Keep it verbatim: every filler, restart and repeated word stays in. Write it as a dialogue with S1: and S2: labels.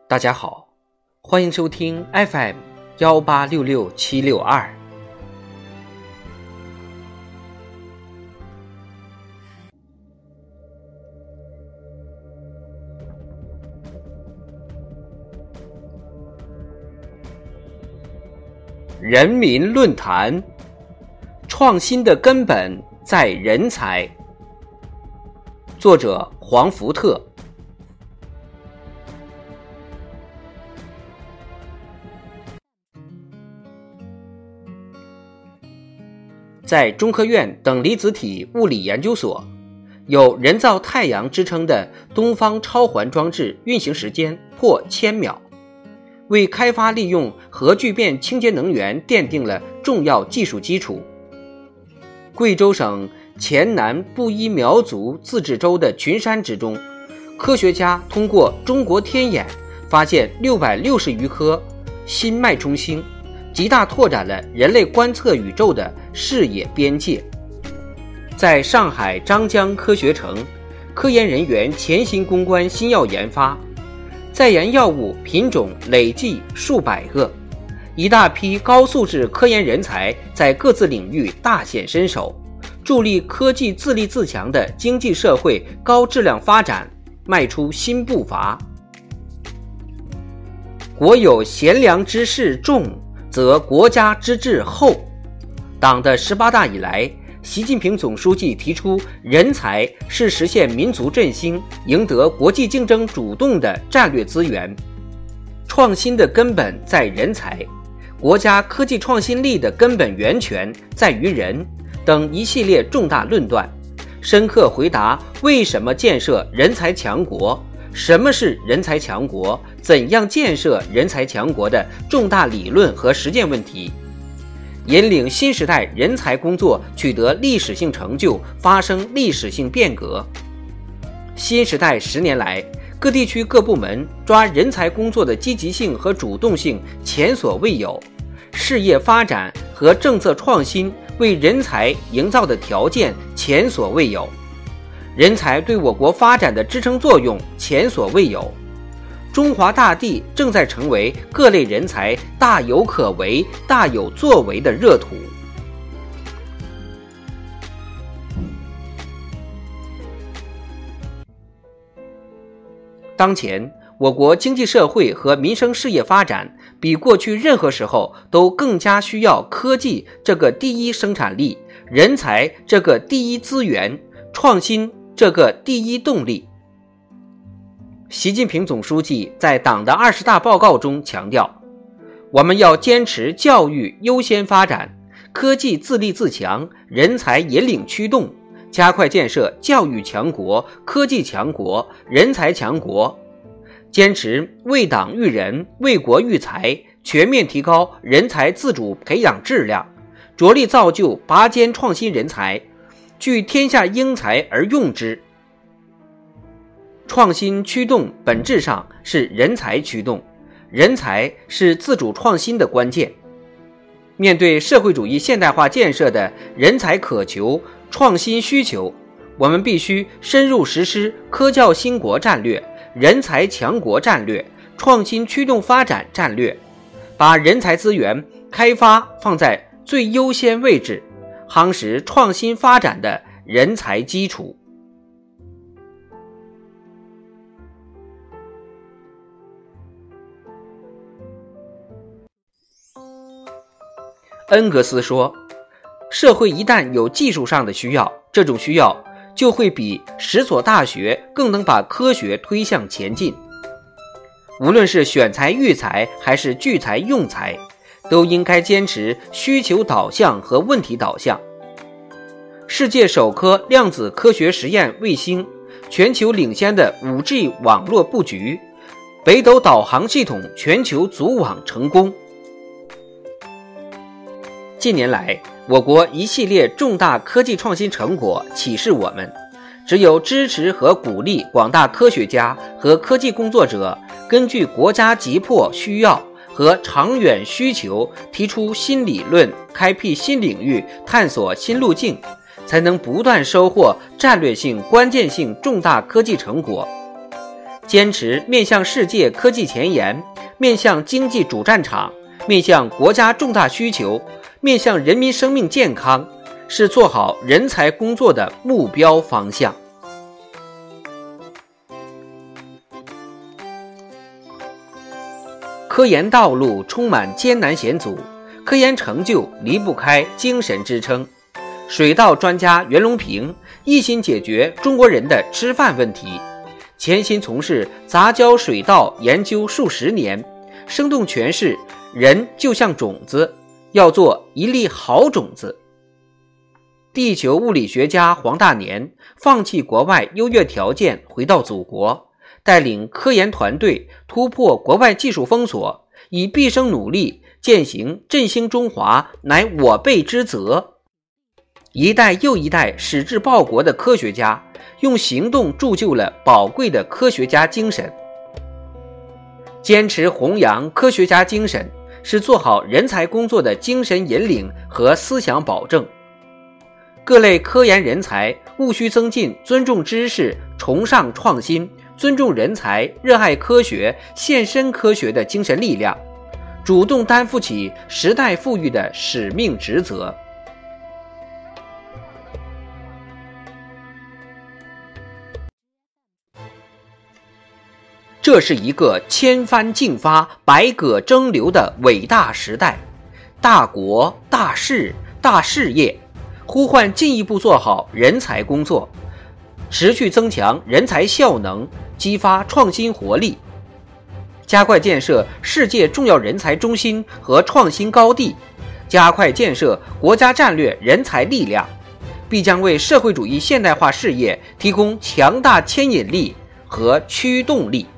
S1: 大家好，欢迎收听 F M 一八六六七六二。人民论坛，创新的根本在人才。作者黄福特。在中科院等离子体物理研究所，有人造太阳之称的东方超环装置运行时间破千秒，为开发利用核聚变清洁能源奠定了重要技术基础。贵州省黔南布依苗族自治州的群山之中，科学家通过中国天眼发现六百六十余颗新脉冲星，极大拓展了人类观测宇宙的视野边界。在上海张江科学城，科研人员潜心攻关新药研发，在研药物品种累计数百个，一大批高素质科研人才在各自领域大显身手，助力科技自立自强的经济社会高质量发展迈出新步伐。国有贤良之士众，则国家之治厚。党的十八大以来，习近平总书记提出，人才是实现民族振兴、赢得国际竞争主动的战略资源。创新的根本在人才，国家科技创新力的根本源泉在于人等一系列重大论断，深刻回答为什么建设人才强国、什么是人才强国、怎样建设人才强国的重大理论和实践问题，引领新时代人才工作取得历史性成就，发生历史性变革。新时代十年来，各地区各部门抓人才工作的积极性和主动性前所未有，事业发展和政策创新为人才营造的条件前所未有，人才对我国发展的支撑作用前所未有。中华大地正在成为各类人才大有可为、大有作为的热土。当前，我国经济社会和民生事业发展比过去任何时候都更加需要科技这个第一生产力、人才这个第一资源、创新这个第一动力。习近平总书记在党的二十大报告中强调，我们要坚持教育优先发展，科技自立自强，人才引领驱动，加快建设教育强国、科技强国、人才强国，坚持为党育人、为国育才，全面提高人才自主培养质量，着力造就拔尖创新人才，聚天下英才而用之。创新驱动本质上是人才驱动，人才是自主创新的关键。面对社会主义现代化建设的人才渴求、创新需求，我们必须深入实施科教兴国战略、人才强国战略、创新驱动发展战略，把人才资源开发放在最优先位置，夯实创新发展的人才基础。恩格斯说，社会一旦有技术上的需要，这种需要就会比十所大学更能把科学推向前进。无论是选才育才还是聚才用才，都应该坚持需求导向和问题导向。世界首颗量子科学实验卫星，全球领先的 五 G 网络布局，北斗导航系统全球组网成功。近年来，我国一系列重大科技创新成果启示我们，只有支持和鼓励广大科学家和科技工作者根据国家急迫需要和长远需求提出新理论，开辟新领域，探索新路径，才能不断收获战略性、关键性重大科技成果。 坚持面向世界科技前沿，面向经济主战场，面向国家重大需求，面向人民生命健康，是做好人才工作的目标方向。科研道路充满艰难险阻，科研成就离不开精神支撑。水稻专家袁隆平一心解决中国人的吃饭问题，潜心从事杂交水稻研究数十年，生动诠释人就像种子，要做一粒好种子。地球物理学家黄大年放弃国外优越条件，回到祖国，带领科研团队突破国外技术封锁，以毕生努力践行振兴中华乃我辈之责。一代又一代矢志报国的科学家，用行动铸就了宝贵的科学家精神。坚持弘扬科学家精神，是做好人才工作的精神引领和思想保证。各类科研人才务须增进尊重知识、崇尚创新、尊重人才、热爱科学、献身科学的精神力量，主动担负起时代赋予的使命职责。这是一个千帆竞发、百舸争流的伟大时代，大国、大事、大事业，呼唤进一步做好人才工作，持续增强人才效能，激发创新活力，加快建设世界重要人才中心和创新高地，加快建设国家战略人才力量，必将为社会主义现代化事业提供强大牵引力和驱动力。